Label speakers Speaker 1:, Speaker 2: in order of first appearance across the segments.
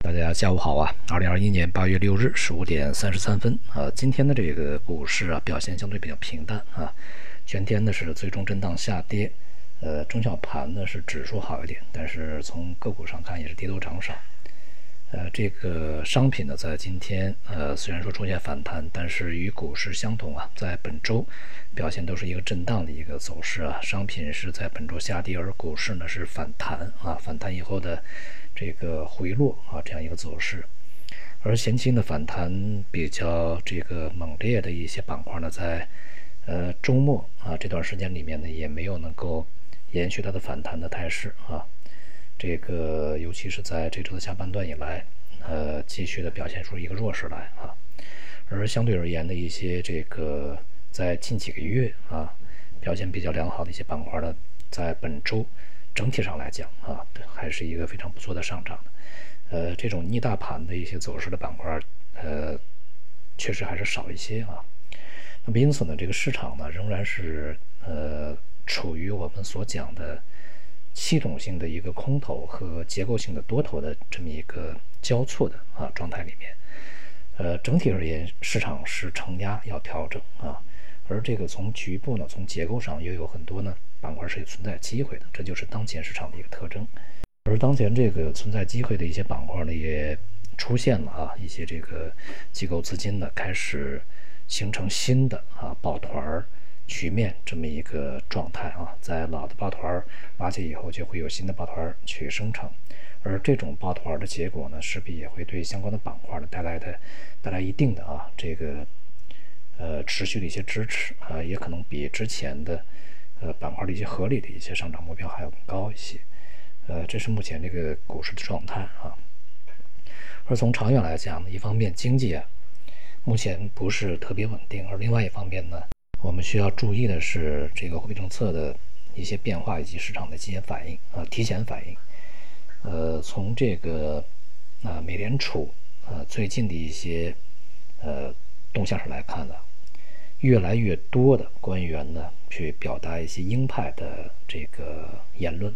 Speaker 1: 大家下午好啊！2021年8月6日15点33分今天的这个股市表现相对比较平淡全天呢是最终震荡下跌，中小盘呢是指数好一点，但是从个股上看也是跌多涨少。这个商品呢在今天虽然说出现反弹，但是与股市相同在本周表现都是一个震荡的一个走势商品是在本周下跌，而股市呢是反弹反弹以后的这个回落这样一个走势。而前期的反弹比较这个猛烈的一些板块呢，在周末这段时间里面呢也没有能够延续它的反弹的态势这个尤其是在这周的下半段以来继续的表现出一个弱势来而相对而言的一些这个在近几个月表现比较良好的一些板块呢，在本周整体上来讲还是一个非常不错的上涨的这种逆大盘的一些走势的板块确实还是少一些那么因此呢，这个市场呢仍然是处于我们所讲的系统性的一个空头和结构性的多头的这么一个交错的状态里面。整体而言，市场是承压要调整而这个从局部呢，从结构上又有很多呢板块是有存在机会的，这就是当前市场的一个特征。而当前这个存在机会的一些板块呢，也出现了一些这个机构资金呢开始形成新的抱团局面这么一个状态在老的抱团瓦解以后，就会有新的抱团去生成，而这种抱团的结果呢，势必也会对相关的板块呢带来一定的这个持续的一些支持也可能比之前的板块的一些合理的一些上涨目标还要更高一些。这是目前这个股市的状态而从长远来讲呢，一方面经济目前不是特别稳定，而另外一方面呢，我们需要注意的是这个货币政策的一些变化以及市场的提前反应从这个美联储最近的一些动向上来看呢，越来越多的官员呢去表达一些鹰派的这个言论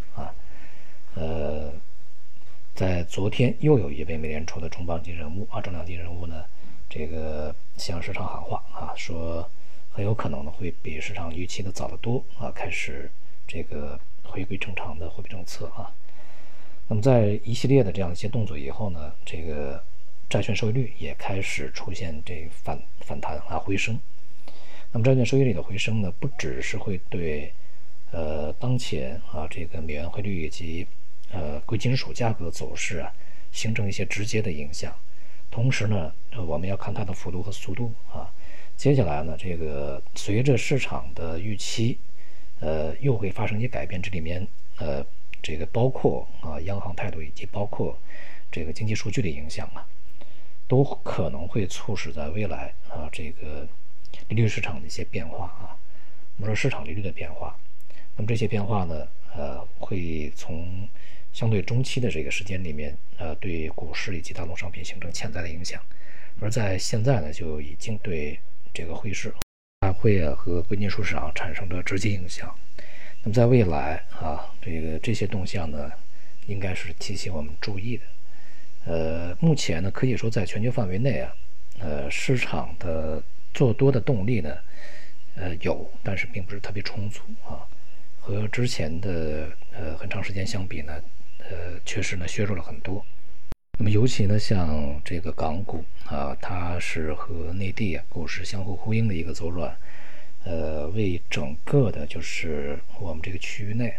Speaker 1: 在昨天又有一位美联储的重量级人物呢，这个向市场喊话说很有可能呢会比市场预期的早得多开始这个回归正常的货币政策那么在一系列的这样一些动作以后呢，这个债券收益率也开始出现这反弹回升。那么债券收益率的回升呢，不只是会对当前这个美元汇率以及贵金属价格走势形成一些直接的影响，同时呢我们要看它的幅度和速度接下来呢，这个随着市场的预期又会发生一些改变，这里面这个包括央行态度以及包括这个经济数据的影响都可能会促使在未来这个利率市场的一些变化我们说市场利率的变化。那么这些变化呢会从相对中期的这个时间里面对股市以及大宗商品形成潜在的影响，而在现在呢就已经对这个汇市外汇和贵金属市场产生了直接影响。那么在未来这些动向呢应该是提醒我们注意的。目前呢可以说在全球范围内市场的做多的动力呢有，但是并不是特别充足和之前的很长时间相比呢确实呢削弱了很多。那么尤其呢像这个港股它是和内地股市相互呼应的一个走软为整个的就是我们这个区域内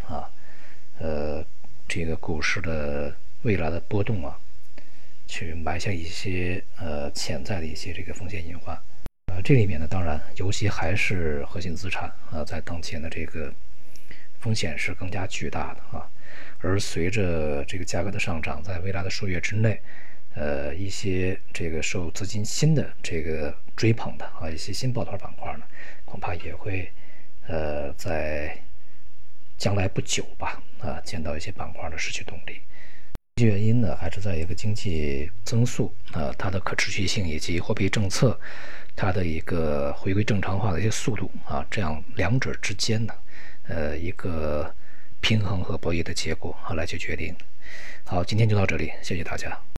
Speaker 1: 这个股市的未来的波动去埋下一些潜在的一些这个风险隐患这里面呢当然尤其还是核心资产在当前的这个风险是更加巨大的而随着这个价格的上涨，在未来的数月之内一些这个受资金新的这个追捧的一些新抱团板块呢，恐怕也会在将来不久吧见到一些板块的失去动力。原因呢还是在一个经济增速它的可持续性以及货币政策它的一个回归正常化的一些速度这样两者之间呢一个平衡和博弈的结果来去决定。好，今天就到这里，谢谢大家。